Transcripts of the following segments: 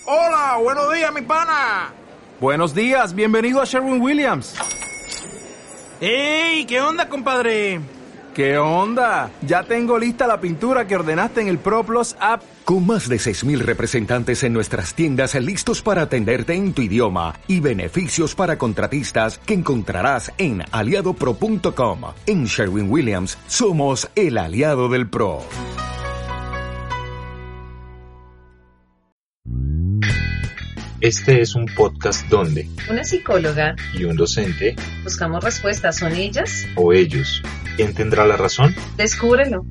Hola, buenos días, mi pana. Buenos días, bienvenido a Sherwin-Williams. ¡Ey! ¿Qué onda, compadre? ¿Qué onda? Ya tengo lista la pintura que ordenaste en el ProPlus app. Con más de 6,000 representantes en nuestras tiendas listos para atenderte en tu idioma y beneficios para contratistas que encontrarás en aliadopro.com. En Sherwin-Williams somos el aliado del pro. Este es un podcast donde una psicóloga y un docente buscamos respuestas. ¿Son ellas? o ellos. ¿Quién tendrá la razón? Descúbrelo.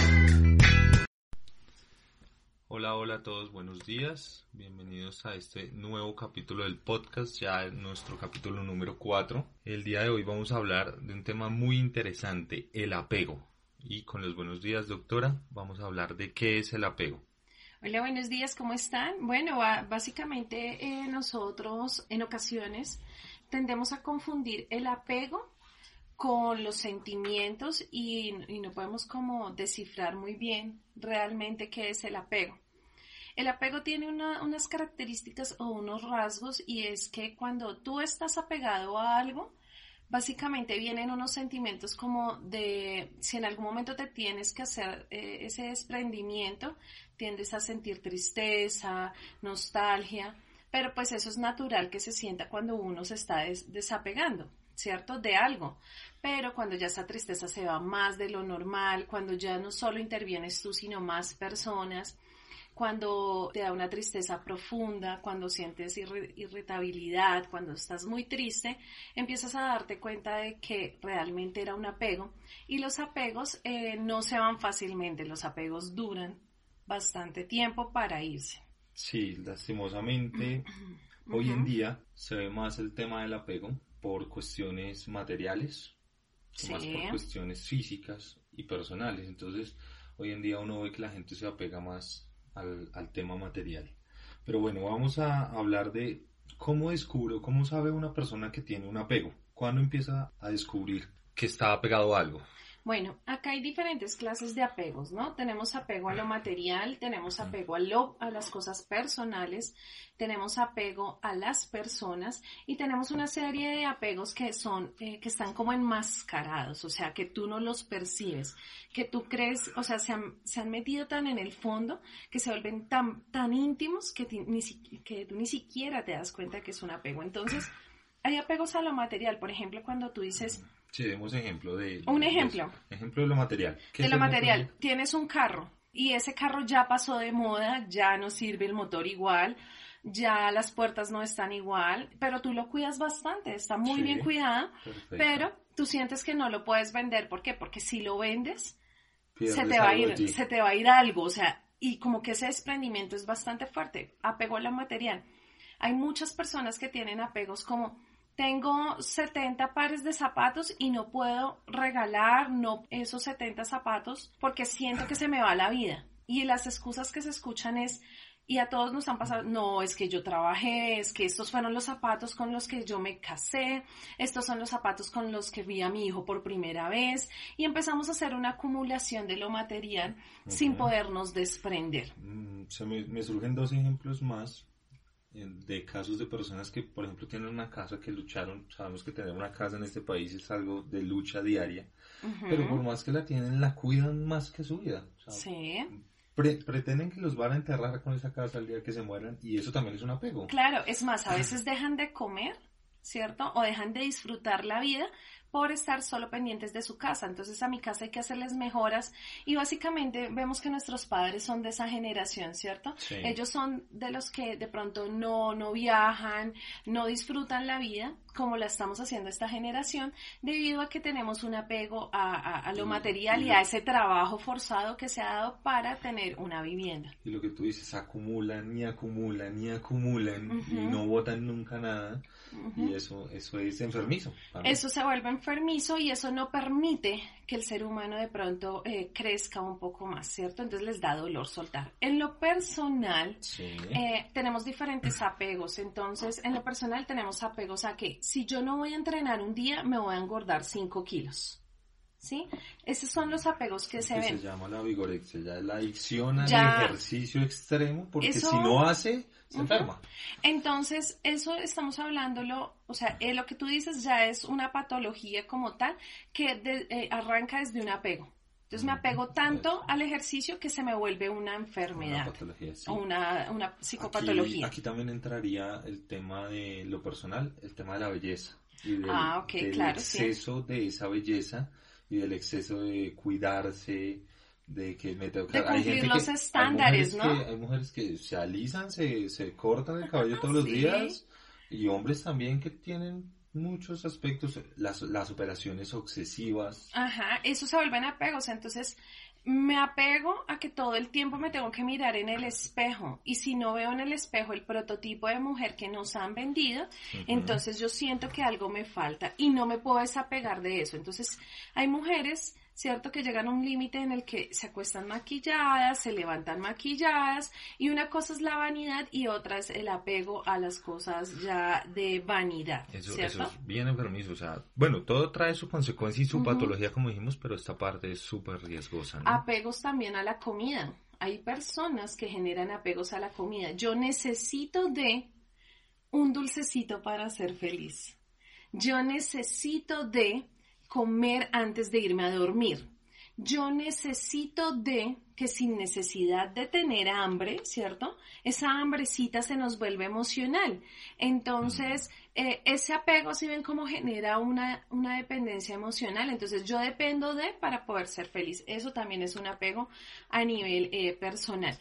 Hola a todos, buenos días, bienvenidos a este nuevo capítulo del podcast, ya en nuestro capítulo número 4. El día de hoy vamos a hablar de un tema muy interesante, el apego. Y con los buenos días, doctora, vamos a hablar de qué es el apego. Hola, buenos días, ¿cómo están? Bueno, básicamente nosotros en ocasiones tendemos a confundir el apego con los sentimientos y no podemos como descifrar muy bien realmente qué es el apego. El apego tiene unas características o unos rasgos, y es que cuando tú estás apegado a algo, básicamente vienen unos sentimientos como de si en algún momento te tienes que hacer ese desprendimiento, tiendes a sentir tristeza, nostalgia, pero pues eso es natural que se sienta cuando uno se está desapegando, ¿cierto? De algo. Pero cuando ya esa tristeza se va más de lo normal, cuando ya no solo intervienes tú, sino más personas, cuando te da una tristeza profunda, cuando sientes irritabilidad, cuando estás muy triste, empiezas a darte cuenta de que realmente era un apego. Y los apegos no se van fácilmente, los apegos duran bastante tiempo para irse. Sí, lastimosamente, hoy en día se ve más el tema del apego por cuestiones materiales, más por cuestiones físicas y personales. Entonces, hoy en día uno ve que la gente se apega más al tema material. Pero bueno, vamos a hablar de cómo descubro, cómo sabe una persona que tiene un apego. ¿Cuándo empieza a descubrir que está apegado a algo? Bueno, acá hay diferentes clases de apegos, ¿no? Tenemos apego a lo material, tenemos apego a las cosas personales, tenemos apego a las personas y tenemos una serie de apegos que están como enmascarados, o sea, que tú no los percibes, que tú crees, o sea, se han metido tan en el fondo que se vuelven tan íntimos que tú ni siquiera te das cuenta que es un apego. Entonces, hay apegos a lo material, por ejemplo, cuando tú dices... Sí, demos ejemplo de... Un ejemplo. Ejemplo de lo material. De lo material. Tienes un carro y ese carro ya pasó de moda, ya no sirve el motor igual, ya las puertas no están igual, pero tú lo cuidas bastante, está muy bien cuidada, perfecto. Pero tú sientes que no lo puedes vender. ¿Por qué? Porque si lo vendes, se te va a ir algo, o sea, y como que ese desprendimiento es bastante fuerte. Apego a lo material. Hay muchas personas que tienen apegos como... Tengo 70 pares de zapatos y no puedo regalar esos 70 zapatos porque siento que se me va la vida. Y las excusas que se escuchan y a todos nos han pasado, no, es que yo trabajé, es que estos fueron los zapatos con los que yo me casé, estos son los zapatos con los que vi a mi hijo por primera vez, y empezamos a hacer una acumulación de lo material sin podernos desprender. Me surgen dos ejemplos más de casos de personas que, por ejemplo, tienen una casa, que lucharon. Sabemos que tener una casa en este país es algo de lucha diaria, pero por más que la tienen, la cuidan más que su vida. O sea, pretenden que los van a enterrar con esa casa el día que se mueran, y eso también es un apego. Claro, es más, a veces dejan de comer, ¿cierto? O dejan de disfrutar la vida por estar solo pendientes de su casa. Entonces a mi casa hay que hacerles mejoras y básicamente vemos que nuestros padres son de esa generación, ¿cierto? Sí. Ellos son de los que de pronto no viajan, no disfrutan la vida como la estamos haciendo esta generación, debido a que tenemos un apego a lo material y a ese trabajo forzado que se ha dado para tener una vivienda. Y lo que tú dices, acumulan y no botan nunca nada, y eso es enfermizo. Eso se vuelve enfermizo y eso no permite que el ser humano de pronto crezca un poco más, ¿cierto? Entonces les da dolor soltar. En lo personal, tenemos diferentes apegos. Entonces, en lo personal tenemos apegos a que si yo no voy a entrenar un día, me voy a engordar 5 kilos. ¿sí? Esos son los apegos que se ven. Se llama la vigorexia, ya es la adicción al Ya, ejercicio extremo, porque eso, si no hace, se enferma. Entonces, eso estamos hablándolo, o sea, lo que tú dices ya es una patología como tal que arranca desde un apego. Entonces me apego tanto al ejercicio que se me vuelve una enfermedad, Una patología, sí. o una psicopatología. Aquí también entraría el tema de lo personal, el tema de la belleza. Y del, del claro, exceso de esa belleza y del exceso de cuidarse, de que me tengo que... De cumplir los estándares, ¿no? Hay mujeres que se alisan, se cortan el cabello todos los días, y hombres también que tienen muchos aspectos, las operaciones obsesivas. Ajá, eso se vuelven apegos, entonces me apego a que todo el tiempo me tengo que mirar en el espejo, y si no veo en el espejo el prototipo de mujer que nos han vendido, entonces yo siento que algo me falta y no me puedo desapegar de eso. Entonces hay mujeres, cierto, que llegan a un límite en el que se acuestan maquilladas, se levantan maquilladas, y una cosa es la vanidad y otra es el apego a las cosas ya de vanidad, ¿cierto? Eso es bien enfermizo, o sea, bueno, todo trae su consecuencia y su patología, como dijimos, pero esta parte es súper riesgosa, ¿no? Apegos también a la comida. Hay personas que generan apegos a la comida. Yo necesito de un dulcecito para ser feliz. Yo necesito de comer antes de irme a dormir. Yo necesito de que sin necesidad de tener hambre, ¿cierto? Esa hambrecita se nos vuelve emocional. Entonces, ese apego, si ven cómo genera una dependencia emocional, entonces yo dependo de para poder ser feliz. Eso también es un apego a nivel personal.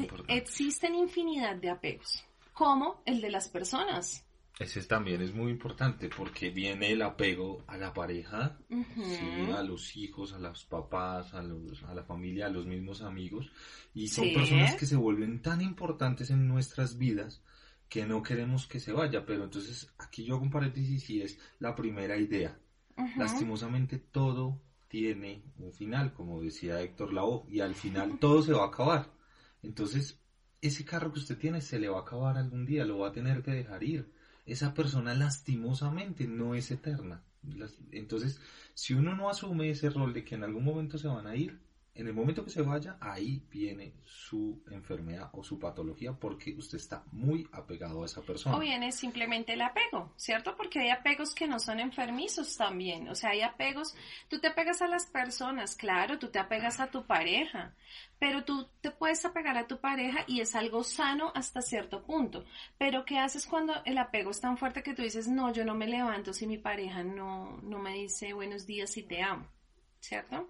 Existen infinidad de apegos, como el de las personas. Ese también es muy importante porque viene el apego a la pareja, ¿sí? A los hijos, a los papás, a la familia, a los mismos amigos. Y son personas que se vuelven tan importantes en nuestras vidas que no queremos que se vaya. Pero entonces aquí yo hago un paréntesis y es la primera idea. Lastimosamente todo tiene un final, como decía Héctor Lavoe, y al final todo se va a acabar. Entonces ese carro que usted tiene se le va a acabar algún día, lo va a tener que dejar ir. Esa persona lastimosamente no es eterna. Entonces, si uno no asume ese rol de que en algún momento se van a ir, en el momento que se vaya, ahí viene su enfermedad o su patología porque usted está muy apegado a esa persona. O viene simplemente el apego, ¿cierto? Porque hay apegos que no son enfermizos también. O sea, hay apegos, tú te apegas a las personas, claro, tú te apegas a tu pareja, pero tú te puedes apegar a tu pareja y es algo sano hasta cierto punto. Pero ¿qué haces cuando el apego es tan fuerte que tú dices, no, yo no me levanto si mi pareja no me dice buenos días y te amo? ¿Cierto?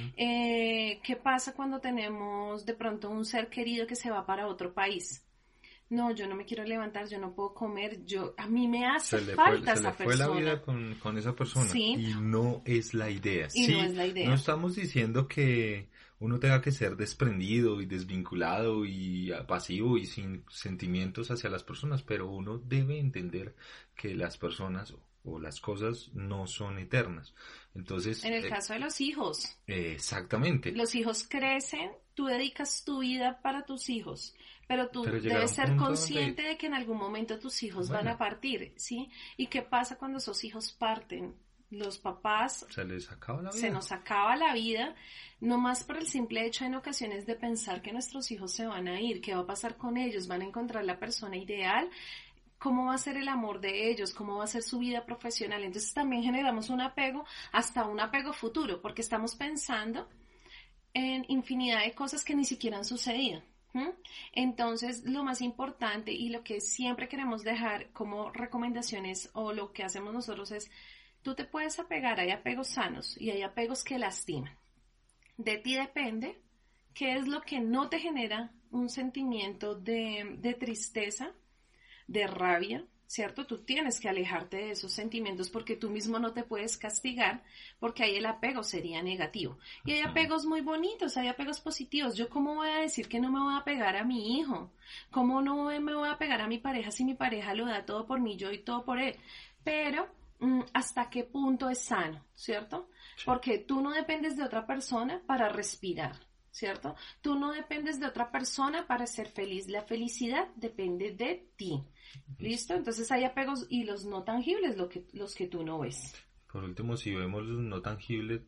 ¿Qué pasa cuando tenemos de pronto un ser querido que se va para otro país? No, yo no me quiero levantar, yo no puedo comer, a mí me hace falta esa persona. Se le fue la vida con esa persona. ¿Sí? Y no es la idea. Y no es la idea. No estamos diciendo que uno tenga que ser desprendido y desvinculado y pasivo y sin sentimientos hacia las personas, pero uno debe entender que las personas o las cosas no son eternas. Entonces, en el caso de los hijos. Exactamente. Los hijos crecen, tú dedicas tu vida para tus hijos, pero tú debes ser consciente de que en algún momento tus hijos van a partir, ¿sí? ¿Y qué pasa cuando esos hijos parten? Los papás se les acaba la vida. Se nos acaba la vida, no más por el simple hecho en ocasiones de pensar que nuestros hijos se van a ir, qué va a pasar con ellos, van a encontrar la persona ideal, cómo va a ser el amor de ellos, cómo va a ser su vida profesional. Entonces también generamos un apego, hasta un apego futuro, porque estamos pensando en infinidad de cosas que ni siquiera han sucedido. Entonces, lo más importante y lo que siempre queremos dejar como recomendaciones o lo que hacemos nosotros es, tú te puedes apegar, hay apegos sanos y hay apegos que lastiman. De ti depende qué es lo que no te genera un sentimiento de tristeza, de rabia, ¿cierto? Tú tienes que alejarte de esos sentimientos porque tú mismo no te puedes castigar porque ahí el apego sería negativo. Y hay apegos muy bonitos, hay apegos positivos. ¿Yo cómo voy a decir que no me voy a apegar a mi hijo? ¿Cómo no me voy a apegar a mi pareja si mi pareja lo da todo por mí, yo y todo por él? Pero, ¿hasta qué punto es sano, ¿cierto? Sí. Porque tú no dependes de otra persona para respirar, ¿cierto? Tú no dependes de otra persona para ser feliz. La felicidad depende de ti. ¿Listo? Entonces hay apegos y los no tangibles, los que tú no ves. Por último, si vemos los no tangibles,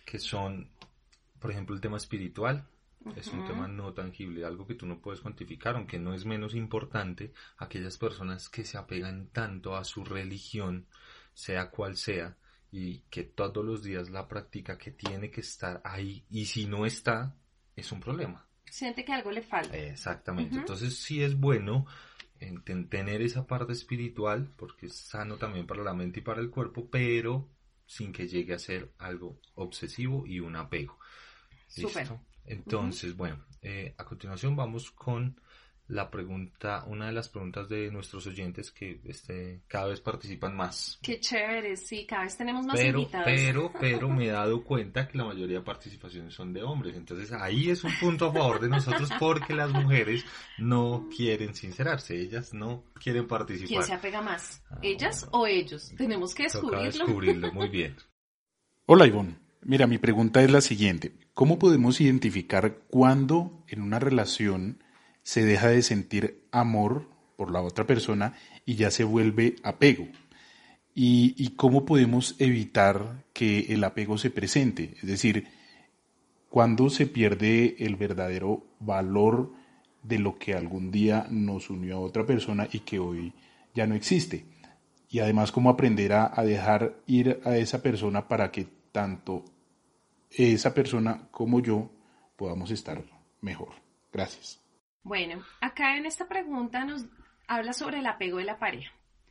que son, por ejemplo, el tema espiritual. Es un tema no tangible, algo que tú no puedes cuantificar, aunque no es menos importante. Aquellas personas que se apegan tanto a su religión, sea cual sea, y que todos los días la practica, que tiene que estar ahí, y si no está, es un problema. Siente que algo le falta. Exactamente. Entonces sí es bueno tener esa parte espiritual, porque es sano también para la mente y para el cuerpo, pero sin que llegue a ser algo obsesivo y un apego. ¿Listo? Súper. Entonces, bueno, a continuación vamos con la pregunta, una de las preguntas de nuestros oyentes que cada vez participan más. Qué chévere, sí, cada vez tenemos más invitados. Pero me he dado cuenta que la mayoría de participaciones son de hombres, entonces ahí es un punto a favor de nosotros porque las mujeres no quieren sincerarse, ellas no quieren participar. ¿Quién se apega más? ¿Ellas o ellos? Tenemos que Toca descubrirlo. descubrirlo, muy bien. Hola Ivonne, mira, mi pregunta es la siguiente. ¿Cómo podemos identificar cuándo en una relación se deja de sentir amor por la otra persona y ya se vuelve apego? ¿Y cómo podemos evitar que el apego se presente? Es decir, ¿cuándo se pierde el verdadero valor de lo que algún día nos unió a otra persona y que hoy ya no existe? Y además, ¿cómo aprender a dejar ir a esa persona para que tanto esa persona como yo podamos estar mejor? Gracias. Bueno, acá en esta pregunta nos habla sobre el apego de la pareja.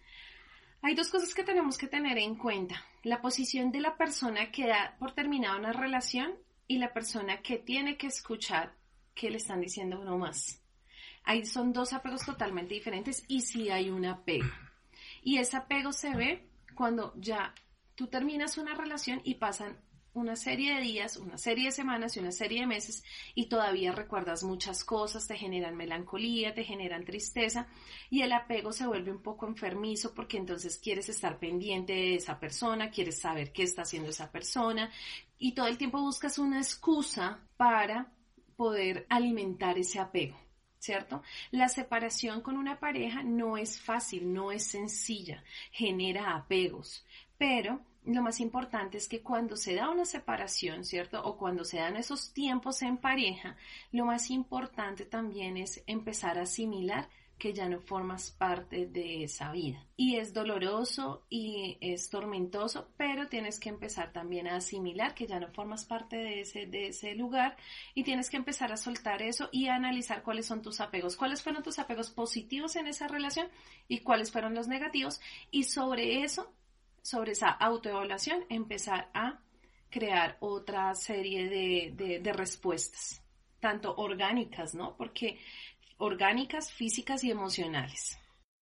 Hay dos cosas que tenemos que tener en cuenta. La posición de la persona que da por terminada una relación y la persona que tiene que escuchar que le están diciendo no más. Ahí son dos apegos totalmente diferentes y sí hay un apego. Y ese apego se ve cuando ya tú terminas una relación y pasan una serie de días, una serie de semanas y una serie de meses y todavía recuerdas muchas cosas, te generan melancolía, te generan tristeza y el apego se vuelve un poco enfermizo porque entonces quieres estar pendiente de esa persona, quieres saber qué está haciendo esa persona y todo el tiempo buscas una excusa para poder alimentar ese apego, ¿cierto? La separación con una pareja no es fácil, no es sencilla, genera apegos, pero lo más importante es que cuando se da una separación, ¿cierto? O cuando se dan esos tiempos en pareja, lo más importante también es empezar a asimilar que ya no formas parte de esa vida. Y es doloroso y es tormentoso, pero tienes que empezar también a asimilar que ya no formas parte de ese lugar y tienes que empezar a soltar eso y a analizar cuáles son tus apegos, cuáles fueron tus apegos positivos en esa relación y cuáles fueron los negativos y sobre eso, sobre esa autoevaluación, empezar a crear otra serie de respuestas, tanto orgánicas, ¿no? Porque orgánicas, físicas y emocionales.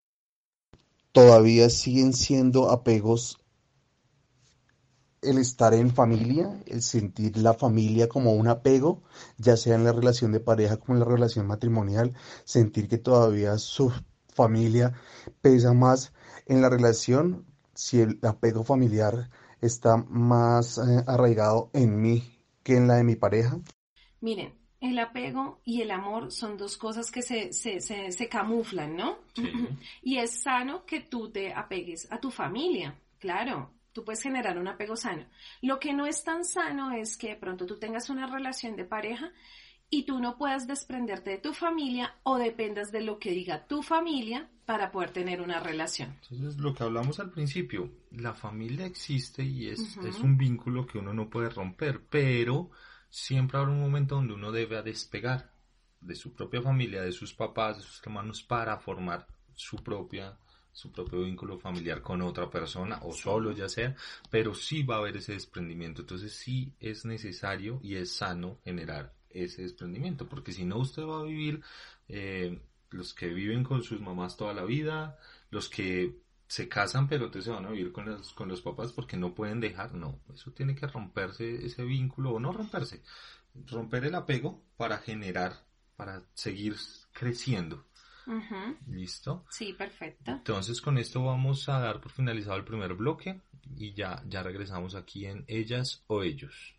¿Todavía siguen siendo apegos el estar en familia, el sentir la familia como un apego, ya sea en la relación de pareja como en la relación matrimonial, sentir que todavía su familia pesa más en la relación? Si el apego familiar está más arraigado en mí que en la de mi pareja. Miren, el apego y el amor son dos cosas que se camuflan, ¿no? Sí. Y es sano que tú te apegues a tu familia, claro. Tú puedes generar un apego sano. Lo que no es tan sano es que de pronto tú tengas una relación de pareja y tú no puedas desprenderte de tu familia o dependas de lo que diga tu familia para poder tener una relación. Entonces, lo que hablamos al principio, la familia existe y es un vínculo que uno no puede romper, pero siempre habrá un momento donde uno debe despegar de su propia familia, de sus papás, de sus hermanos, para formar su propio vínculo familiar con otra persona o solo ya sea, pero sí va a haber ese desprendimiento. Entonces sí es necesario y es sano generar ese desprendimiento, porque si no usted va a vivir los que viven con sus mamás toda la vida, los que se casan pero entonces se van a vivir con los papás porque no pueden dejar, no, eso tiene que romperse ese vínculo o no romperse, romper el apego para seguir creciendo. ¿Listo? Sí, perfecto. Entonces con esto vamos a dar por finalizado el primer bloque y ya regresamos aquí en Ellas o Ellos.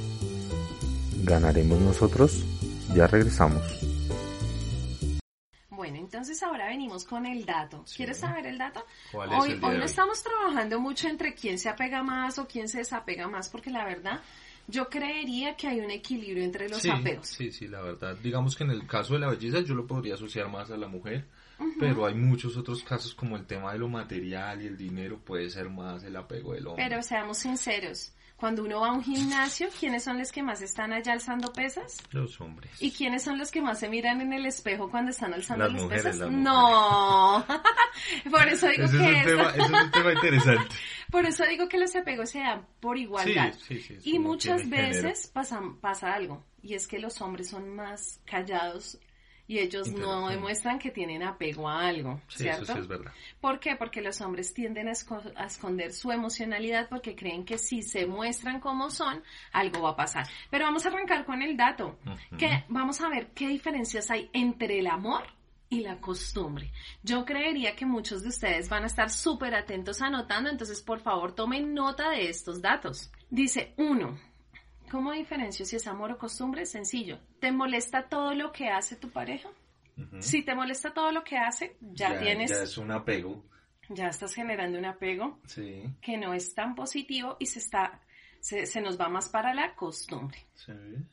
¿Ganaremos nosotros? Ya regresamos. Bueno, entonces ahora venimos con el dato. Sí. ¿Quieres saber el dato? ¿Cuál es el día Hoy de no hoy? estamos trabajando mucho entre quién se apega más o quién se desapega más, porque la verdad, yo creería que hay un equilibrio entre los apegos. Sí, la verdad. Digamos que en el caso de la belleza yo lo podría asociar más a la mujer, pero hay muchos otros casos como el tema de lo material y el dinero puede ser más el apego del hombre. Pero seamos sinceros, cuando uno va a un gimnasio, ¿quiénes son los que más están allá alzando pesas? Los hombres. ¿Y quiénes son los que más se miran en el espejo cuando están alzando Las las mujeres, pesas? las mujeres. No, por eso digo Ese que es un tema interesante. por eso digo que los apegos se dan por igualdad. Sí, es Y como muchas tiene género. veces pasa algo, y es que los hombres son más callados y ellos no Interactúan. demuestran que tienen apego a algo, Sí, ¿cierto? eso sí es verdad. ¿Por qué? Porque los hombres tienden a esconder su emocionalidad porque creen que si se muestran como son, algo va a pasar. Pero vamos a arrancar con el dato, que vamos a ver qué diferencias hay entre el amor y la costumbre. Yo creería que muchos de ustedes van a estar súper atentos anotando, entonces por favor tomen nota de estos datos. Dice 1. ¿Cómo diferencio si es amor o costumbre? Sencillo. ¿Te molesta todo lo que hace tu pareja? Si te molesta todo lo que hace, ya tienes... Ya es un apego. Ya estás generando un apego Sí. que no es tan positivo y se nos va más para la costumbre. Sí.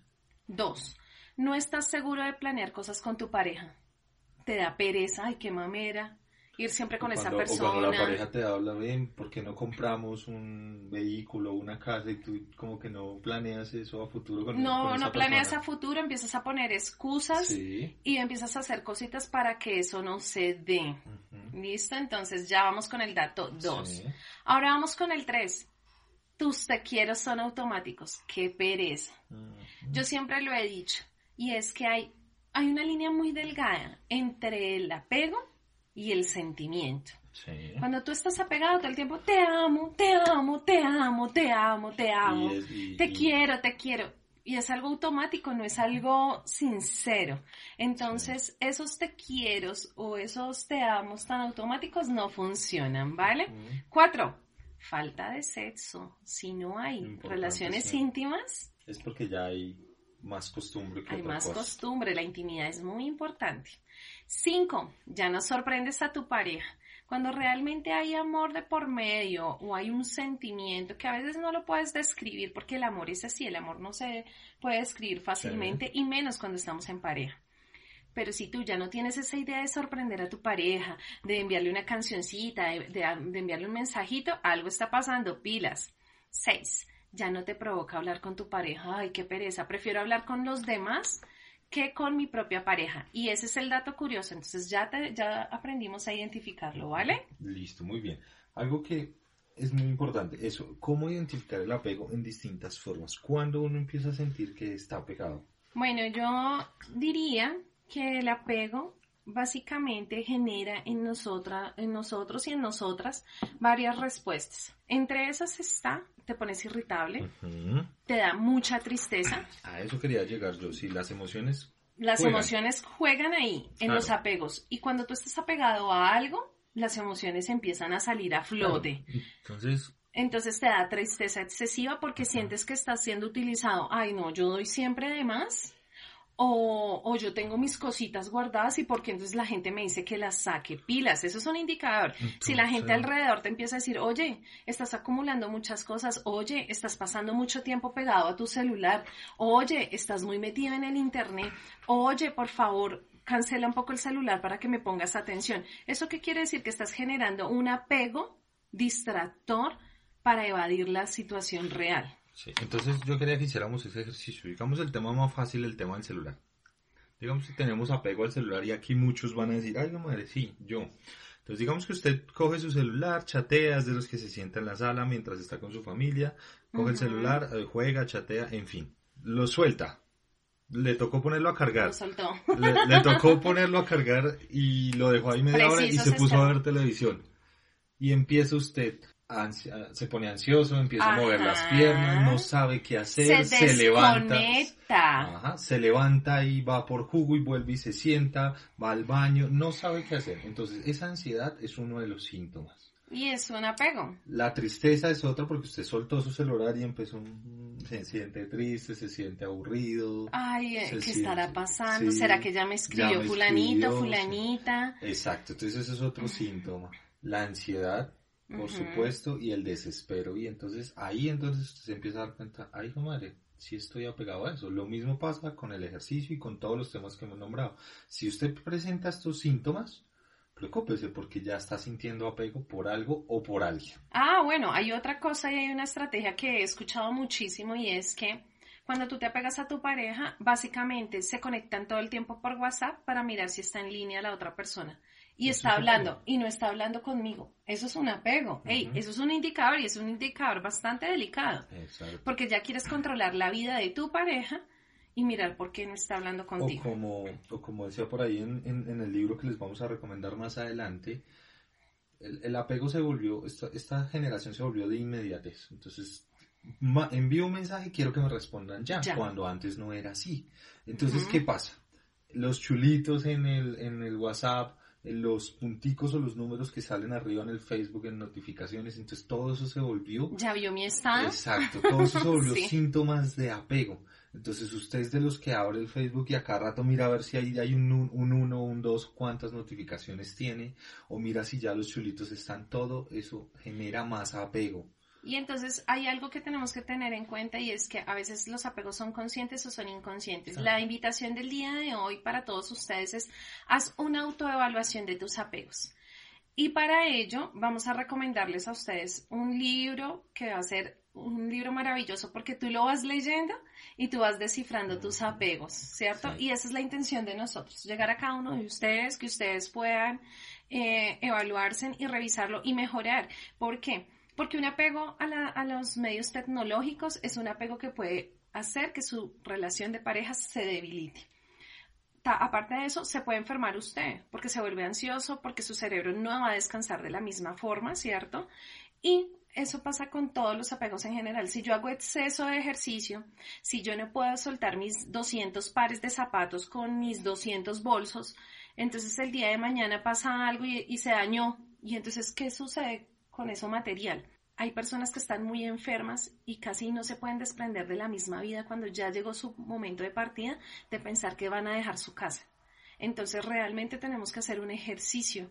2. No estás seguro de planear cosas con tu pareja. Te da pereza, ay, qué mamera, ir siempre con esa persona. O cuando la pareja te habla, ven, ¿por qué no compramos un vehículo, una casa? Y tú como que no planeas eso a futuro con No esa planeas persona. a futuro, empiezas a poner excusas Sí. y empiezas a hacer cositas para que eso no se dé. ¿Listo? Entonces ya vamos con el dato 2. Sí. Ahora vamos con el 3. Tus te quiero son automáticos. ¡Qué pereza! Yo siempre lo he dicho. Y es que hay una línea muy delgada entre el apego y el sentimiento. Sí. Cuando tú estás apegado todo el tiempo, te amo, te amo, te amo, te amo, te amo, te quiero, te quiero. Y es algo automático, no es algo sincero. Entonces, esos te quiero o esos te amos tan automáticos no funcionan, ¿vale? 4. Falta de sexo. Si no hay Importante, relaciones sí. íntimas, Es porque ya hay más costumbre que hay otra más cosa. costumbre, la intimidad es muy importante. 5. Ya no sorprendes a tu pareja. Cuando realmente hay amor de por medio o hay un sentimiento que a veces no lo puedes describir porque el amor es así, el amor no se puede describir fácilmente y menos cuando estamos en pareja. Pero si tú ya no tienes esa idea de sorprender a tu pareja, de enviarle una cancioncita, de enviarle un mensajito, algo está pasando, pilas. 6. Ya no te provoca hablar con tu pareja. Ay, qué pereza. Prefiero hablar con los demás que con mi propia pareja. Y ese es el dato curioso. Entonces ya aprendimos a identificarlo, ¿vale? Listo, muy bien. Algo que es muy importante, eso, cómo identificar el apego en distintas formas. ¿Cuándo uno empieza a sentir que está apegado? Bueno, yo diría que el apego básicamente genera en nosotros y en nosotras varias respuestas. Entre esas está, te pones irritable, te da mucha tristeza. A eso quería llegar yo, sí, las emociones emociones juegan ahí, en los apegos. Y cuando tú estás apegado a algo, las emociones empiezan a salir a flote. Claro. Entonces te da tristeza excesiva porque sientes que estás siendo utilizado. Ay, no, yo doy siempre de más. O yo tengo mis cositas guardadas y porque entonces la gente me dice que las saque, pilas, eso es un indicador. Si la gente alrededor te empieza a decir, oye, estás acumulando muchas cosas, oye, estás pasando mucho tiempo pegado a tu celular, oye, estás muy metido en el internet, oye, por favor, cancela un poco el celular para que me pongas atención. ¿Eso qué quiere decir? Que estás generando un apego distractor para evadir la situación real. Sí, entonces yo quería que hiciéramos ese ejercicio. Digamos el tema más fácil, el tema del celular. Digamos que tenemos apego al celular y aquí muchos van a decir, ay no madre, sí, yo. Entonces digamos que usted coge su celular, chatea, es de los que se sienta en la sala mientras está con su familia, coge el celular, juega, chatea, en fin, lo suelta. Le tocó ponerlo a cargar. Lo soltó. Le tocó ponerlo a cargar y lo dejó ahí media hora y se puso a ver televisión. Y empieza usted... se pone ansioso, empieza a mover las piernas, no sabe qué hacer, se levanta. Se levanta y va por jugo y vuelve y se sienta, va al baño, no sabe qué hacer. Entonces, esa ansiedad es uno de los síntomas. Y es un apego. La tristeza es otra porque usted soltó su celular y se siente triste, se siente aburrido. Ay, ¿qué estará pasando? Sí, ¿será que ya me escribió fulanito, fulanita? Sí. Exacto, entonces ese es otro síntoma. La ansiedad, por supuesto, y el desespero. Y entonces ahí usted se empieza a dar cuenta, ay, hijo madre, sí estoy apegado a eso. Lo mismo pasa con el ejercicio y con todos los temas que hemos nombrado. Si usted presenta estos síntomas, preocúpese porque ya está sintiendo apego por algo o por alguien. Bueno, hay otra cosa y hay una estrategia que he escuchado muchísimo y es que cuando tú te apegas a tu pareja, básicamente se conectan todo el tiempo por WhatsApp para mirar si está en línea la otra persona. Y eso está hablando, y no está hablando conmigo. Eso es un apego. Eso es un indicador y es un indicador bastante delicado. Exacto. Porque ya quieres controlar la vida de tu pareja y mirar por qué no está hablando contigo. O como decía por ahí en el libro que les vamos a recomendar más adelante, el apego se volvió, esta generación se volvió de inmediatez. Entonces, envío un mensaje, quiero que me respondan ya, cuando antes no era así. Entonces, ¿qué pasa? Los chulitos en el WhatsApp, los punticos o los números que salen arriba en el Facebook en notificaciones, entonces todo eso se volvió... ¿Ya vio mi estado? Exacto, todo eso se volvió síntomas de apego. Entonces usted es de los que abre el Facebook y a cada rato mira a ver si ahí hay un 1, un 2, cuántas notificaciones tiene, o mira si ya los chulitos están, todo eso genera más apego. Y entonces hay algo que tenemos que tener en cuenta y es que a veces los apegos son conscientes o son inconscientes. La invitación del día de hoy para todos ustedes es: haz una autoevaluación de tus apegos. Y para ello vamos a recomendarles a ustedes un libro que va a ser un libro maravilloso porque tú lo vas leyendo y tú vas descifrando tus apegos, ¿cierto? Sí. Y esa es la intención de nosotros, llegar a cada uno de ustedes, que ustedes puedan evaluarse y revisarlo y mejorar. ¿Por qué? Porque un apego a los medios tecnológicos es un apego que puede hacer que su relación de pareja se debilite. Aparte de eso, se puede enfermar usted porque se vuelve ansioso, porque su cerebro no va a descansar de la misma forma, ¿cierto? Y eso pasa con todos los apegos en general. Si yo hago exceso de ejercicio, si yo no puedo soltar mis 200 pares de zapatos con mis 200 bolsos, entonces el día de mañana pasa algo y se dañó. Y entonces, ¿qué sucede con eso material? Hay personas que están muy enfermas y casi no se pueden desprender de la misma vida cuando ya llegó su momento de partida, de pensar que van a dejar su casa. Entonces realmente tenemos que hacer un ejercicio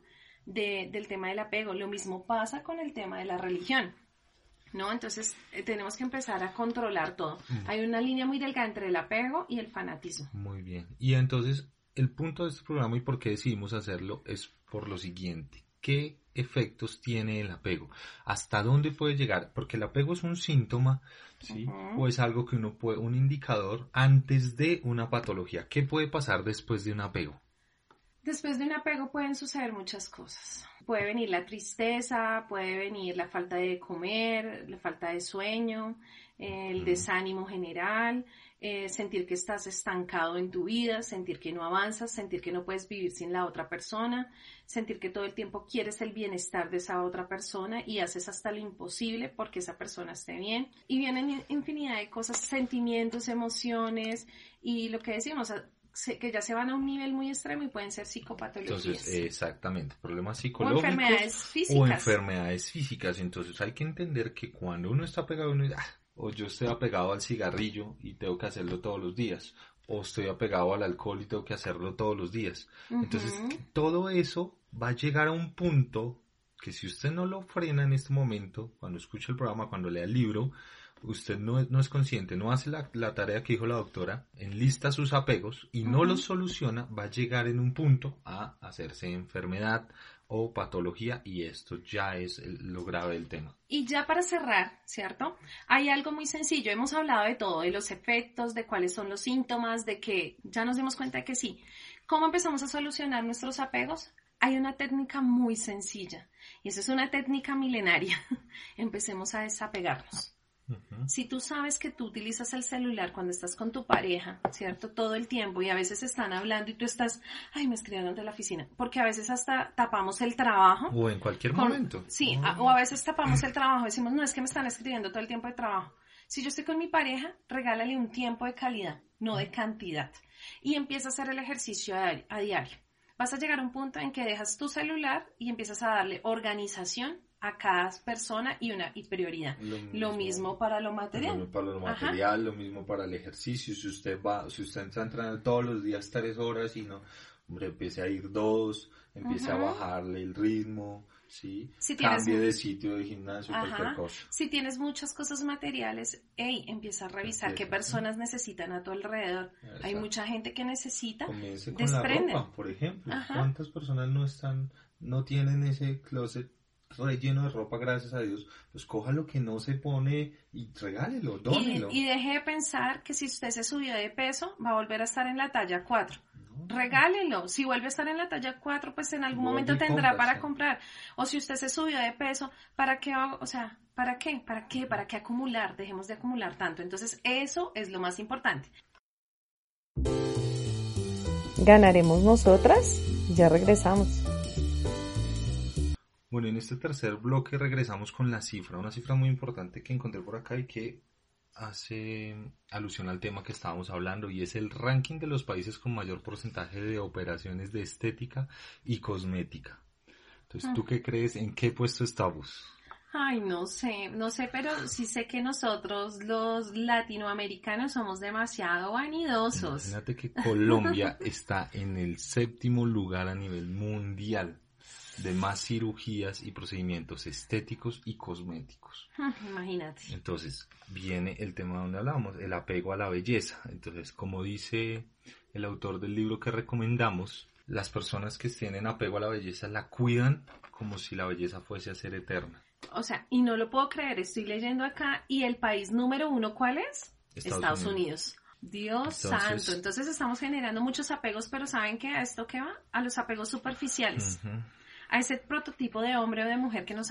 del tema del apego. Lo mismo pasa con el tema de la religión, ¿no? Entonces tenemos que empezar a controlar todo. Hay una línea muy delgada entre el apego y el fanatismo. Muy bien. Y entonces el punto de este programa y por qué decidimos hacerlo es por lo siguiente. ¿Qué efectos tiene el apego? ¿Hasta dónde puede llegar? Porque el apego es un síntoma, ¿sí? O es algo que uno puede, un indicador antes de una patología. ¿Qué puede pasar después de un apego? Después de un apego pueden suceder muchas cosas. Puede venir la tristeza, puede venir la falta de comer, la falta de sueño, el desánimo general, sentir que estás estancado en tu vida, sentir que no avanzas, sentir que no puedes vivir sin la otra persona, sentir que todo el tiempo quieres el bienestar de esa otra persona y haces hasta lo imposible porque esa persona esté bien. Y vienen infinidad de cosas, sentimientos, emociones y lo que decimos, que ya se van a un nivel muy extremo y pueden ser psicopatologías. Entonces, exactamente, problemas psicológicos o enfermedades físicas. Entonces hay que entender que cuando uno está pegado, uno dice, o yo estoy apegado al cigarrillo y tengo que hacerlo todos los días, o estoy apegado al alcohol y tengo que hacerlo todos los días. Entonces todo eso va a llegar a un punto que si usted no lo frena en este momento, cuando escucha el programa, cuando lea el libro, usted no es consciente, no hace la tarea que dijo la doctora, enlista sus apegos y no los soluciona, va a llegar en un punto a hacerse enfermedad o patología y esto ya es lo grave del tema. Y ya para cerrar, ¿cierto? Hay algo muy sencillo, hemos hablado de todo, de los efectos, de cuáles son los síntomas, de que ya nos dimos cuenta de que sí. ¿Cómo empezamos a solucionar nuestros apegos? Hay una técnica muy sencilla y esa es una técnica milenaria. Empecemos a desapegarnos. Si tú sabes que tú utilizas el celular cuando estás con tu pareja, ¿cierto? Todo el tiempo y a veces están hablando y tú estás, me escribieron de la oficina, porque a veces hasta tapamos el trabajo. O en cualquier momento. Sí, o a veces tapamos el trabajo, decimos, no, es que me están escribiendo todo el tiempo de trabajo. Si yo estoy con mi pareja, regálale un tiempo de calidad, no de cantidad. Y empieza a hacer el ejercicio a diario. Vas a llegar a un punto en que dejas tu celular y empiezas a darle organización a cada persona y prioridad. Lo mismo para lo material. Lo mismo para lo material, lo mismo para el ejercicio. Si usted está entrenando todos los días 3 horas y no, hombre, empiece a ir 2, empiece a bajarle el ritmo, ¿sí? Cambie de sitio de gimnasio, cualquier cosa. Si tienes muchas cosas materiales, empieza a revisar qué personas necesitan a tu alrededor. Exacto. Hay mucha gente que necesita. Comience con la ropa, por ejemplo. ¿Cuántas personas no tienen ese closet relleno de ropa, gracias a Dios? Pues coja lo que no se pone y regálelo, dónelo. Y deje de pensar que si usted se subió de peso, va a volver a estar en la talla 4. Regálelo. Si vuelve a estar en la talla 4, pues en algún momento tendrá para comprar. O si usted se subió de peso, ¿para qué? O sea, ¿para qué? ¿Para qué? ¿Para qué acumular? Dejemos de acumular tanto. Entonces, eso es lo más importante. ¿Ganaremos nosotras? Ya regresamos. Bueno, en este tercer bloque regresamos con la cifra, una cifra muy importante que encontré por acá y que hace alusión al tema que estábamos hablando, y es el ranking de los países con mayor porcentaje de operaciones de estética y cosmética. Entonces, ¿tú qué crees? ¿En qué puesto estamos? Ay, no sé, pero sí sé que nosotros los latinoamericanos somos demasiado vanidosos. Imagínate que Colombia está en el 7º lugar a nivel mundial de más cirugías y procedimientos estéticos y cosméticos. Imagínate. Entonces, viene el tema donde hablábamos, el apego a la belleza. Entonces, como dice el autor del libro que recomendamos, las personas que tienen apego a la belleza la cuidan como si la belleza fuese a ser eterna. O sea, y no lo puedo creer, estoy leyendo acá, y el país número 1, ¿cuál es? Estados Unidos. Dios santo, entonces estamos generando muchos apegos, pero ¿saben qué? ¿A esto qué va? A los apegos superficiales. A ese prototipo de hombre o de mujer que nos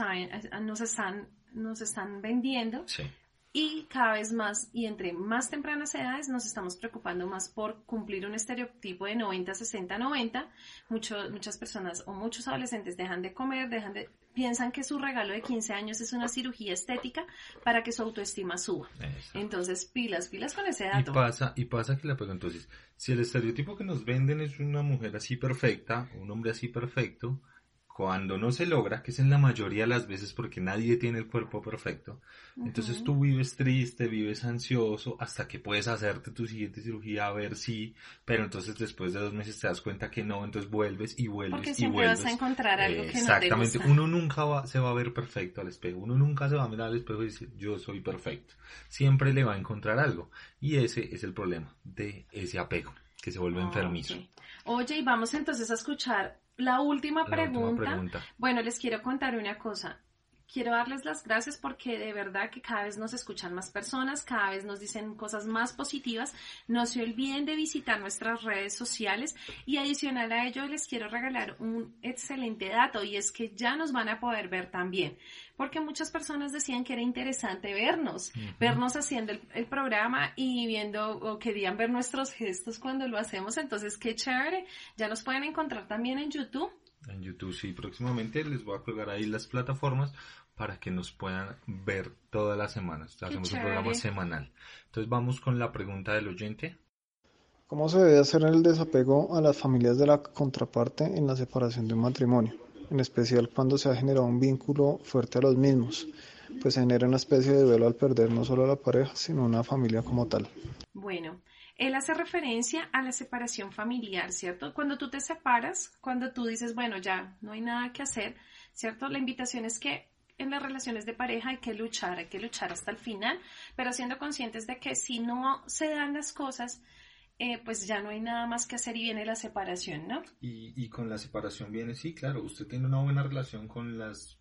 están vendiendo. Sí. Y cada vez más, y entre más tempranas edades, nos estamos preocupando más por cumplir un estereotipo de 90, 60, 90. Muchas personas o muchos adolescentes dejan de comer, piensan que su regalo de 15 años es una cirugía estética para que su autoestima suba. Exacto. Entonces, pilas con ese dato. Y pasa que entonces, si el estereotipo que nos venden es una mujer así perfecta, un hombre así perfecto, cuando no se logra, que es en la mayoría de las veces porque nadie tiene el cuerpo perfecto, entonces tú vives triste, vives ansioso, hasta que puedes hacerte tu siguiente cirugía a ver si, pero entonces después de 2 meses te das cuenta que no, entonces vuelves y vuelves porque y siempre vuelves. Vas a encontrar algo que no te gusta. Exactamente, uno nunca se va a ver perfecto al espejo, uno nunca se va a mirar al espejo y decir, yo soy perfecto. Siempre le va a encontrar algo, y ese es el problema de ese apego, que se vuelve enfermizo. Okay. Oye, y vamos entonces a escuchar la última pregunta. Bueno, les quiero contar una cosa. Quiero darles las gracias porque de verdad que cada vez nos escuchan más personas, cada vez nos dicen cosas más positivas. No se olviden de visitar nuestras redes sociales y adicional a ello les quiero regalar un excelente dato, y es que ya nos van a poder ver también. Porque muchas personas decían que era interesante vernos haciendo el programa y viendo, o querían ver nuestros gestos cuando lo hacemos. Entonces, qué chévere. Ya nos pueden encontrar también en YouTube. En YouTube, sí, próximamente les voy a colgar ahí las plataformas para que nos puedan ver todas las semanas. Hacemos un programa semanal. Entonces vamos con la pregunta del oyente. ¿Cómo se debe hacer el desapego a las familias de la contraparte en la separación de un matrimonio? En especial cuando se ha generado un vínculo fuerte a los mismos, pues se genera una especie de duelo al perder no solo a la pareja, sino a una familia como tal. Bueno, él hace referencia a la separación familiar, ¿cierto? Cuando tú te separas, cuando tú dices, bueno, ya no hay nada que hacer, ¿cierto? La invitación es que en las relaciones de pareja hay que luchar hasta el final, pero siendo conscientes de que si no se dan las cosas, pues ya no hay nada más que hacer y viene la separación, ¿no? Y con la separación viene, sí, claro, usted tiene una buena relación con los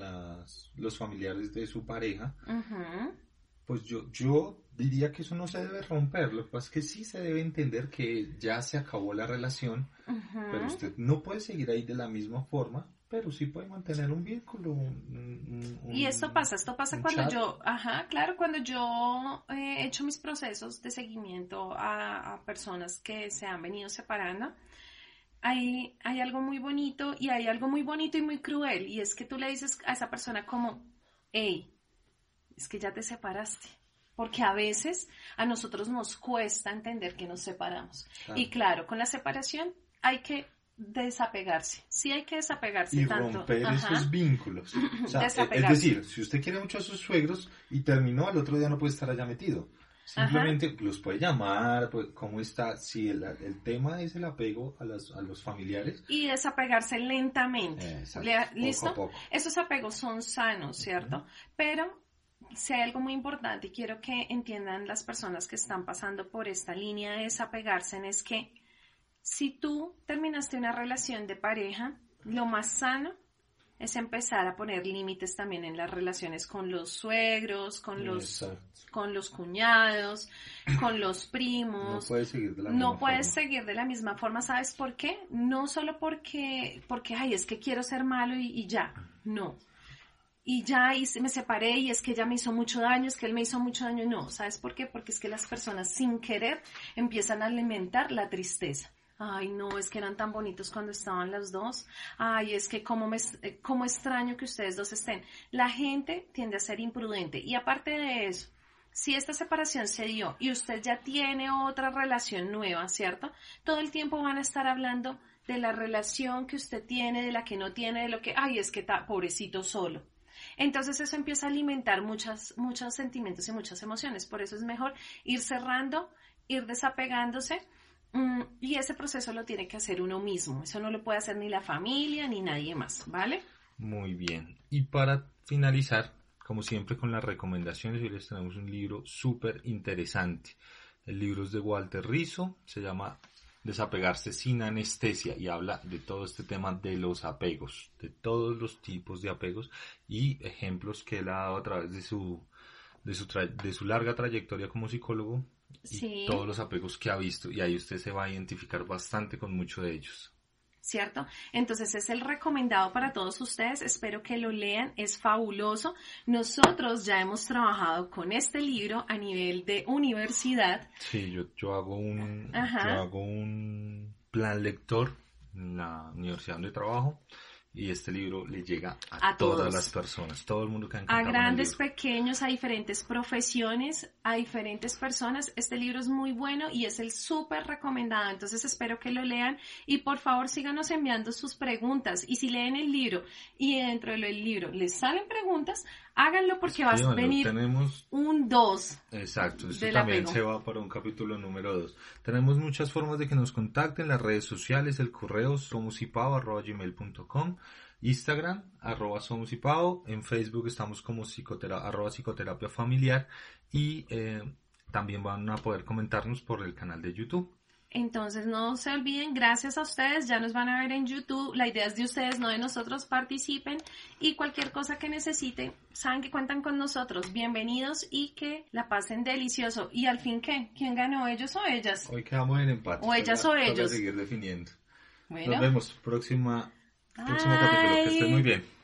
familiares de su pareja, pues yo diría que eso no se debe romper. Lo que pasa es que sí se debe entender que ya se acabó la relación, pero usted no puede seguir ahí de la misma forma, pero sí puede mantener un vínculo. Y esto pasa cuando chat. Cuando yo he hecho mis procesos de seguimiento a personas que se han venido separando, hay algo muy bonito y hay algo muy bonito y muy cruel, y es que tú le dices a esa persona como, hey, es que ya te separaste. Porque a veces a nosotros nos cuesta entender que nos separamos. Claro. Y claro, con la separación hay que desapegarse. Sí hay que desapegarse. Y tanto. romper esos vínculos. O sea, es decir, si usted quiere mucho a sus suegros y terminó, al otro día no puede estar allá metido. Simplemente los puede llamar, pues, ¿cómo está? Si el tema es el apego a los familiares. Y desapegarse lentamente. ¿Listo? Poco a poco. Esos apegos son sanos, ¿cierto? Pero si hay algo muy importante y quiero que entiendan las personas que están pasando por esta línea de desapegarse, es que si tú terminaste una relación de pareja, lo más sano es empezar a poner límites también en las relaciones con los suegros, con los cuñados, con los primos. No puedes seguir de la misma forma. Seguir de la misma forma, ¿sabes por qué? No solo porque ay, es que quiero ser malo y ya, no. Y ya me separé y es que ella me hizo mucho daño, es que él me hizo mucho daño, no. ¿Sabes por qué? Porque es que las personas sin querer empiezan a alimentar la tristeza. Ay, no, es que eran tan bonitos cuando estaban los dos. Ay, es que cómo extraño que ustedes dos estén. La gente tiende a ser imprudente. Y aparte de eso, si esta separación se dio y usted ya tiene otra relación nueva, ¿cierto? Todo el tiempo van a estar hablando de la relación que usted tiene, de la que no tiene, de lo que, ay, es que está pobrecito solo. Entonces eso empieza a alimentar muchos sentimientos y muchas emociones. Por eso es mejor ir cerrando, ir desapegándose. Y ese proceso lo tiene que hacer uno mismo. Eso no lo puede hacer ni la familia ni nadie más, ¿vale? Muy bien. Y para finalizar, como siempre con las recomendaciones, hoy les tenemos un libro súper interesante. El libro es de Walter Rizzo, se llama Desapegarse sin anestesia y habla de todo este tema de los apegos, de todos los tipos de apegos y ejemplos que él ha dado a través de su larga trayectoria como psicólogo. Y todos los apegos que ha visto, y ahí usted se va a identificar bastante con muchos de ellos. ¿Cierto? Entonces es el recomendado para todos ustedes, espero que lo lean, es fabuloso. Nosotros ya hemos trabajado con este libro a nivel de universidad. Sí, yo hago un plan lector en la universidad donde trabajo. Y este libro le llega a todas las personas, todo el mundo que ha encontrado. A grandes, pequeños, a diferentes profesiones, a diferentes personas. Este libro es muy bueno y es el súper recomendado. Entonces espero que lo lean y por favor síganos enviando sus preguntas. Y si leen el libro y dentro del libro les salen preguntas, háganlo porque va a venir un 2. Exacto, esto también se va para un capítulo número 2. Tenemos muchas formas de que nos contacten, las redes sociales, el correo somosipavo@gmail.com, Instagram @somosipavo, en Facebook estamos como @psicoterapia familiar y también van a poder comentarnos por el canal de YouTube. Entonces no se olviden, gracias a ustedes, ya nos van a ver en YouTube, la idea es de ustedes, no de nosotros, participen y cualquier cosa que necesiten, saben que cuentan con nosotros, bienvenidos y que la pasen delicioso. Y al fin, ¿qué? ¿Quién ganó, ellos o ellas? Hoy quedamos en empate. O ellas o ellos. Para seguir definiendo. Bueno. Nos vemos, próximo capítulo, que estén muy bien.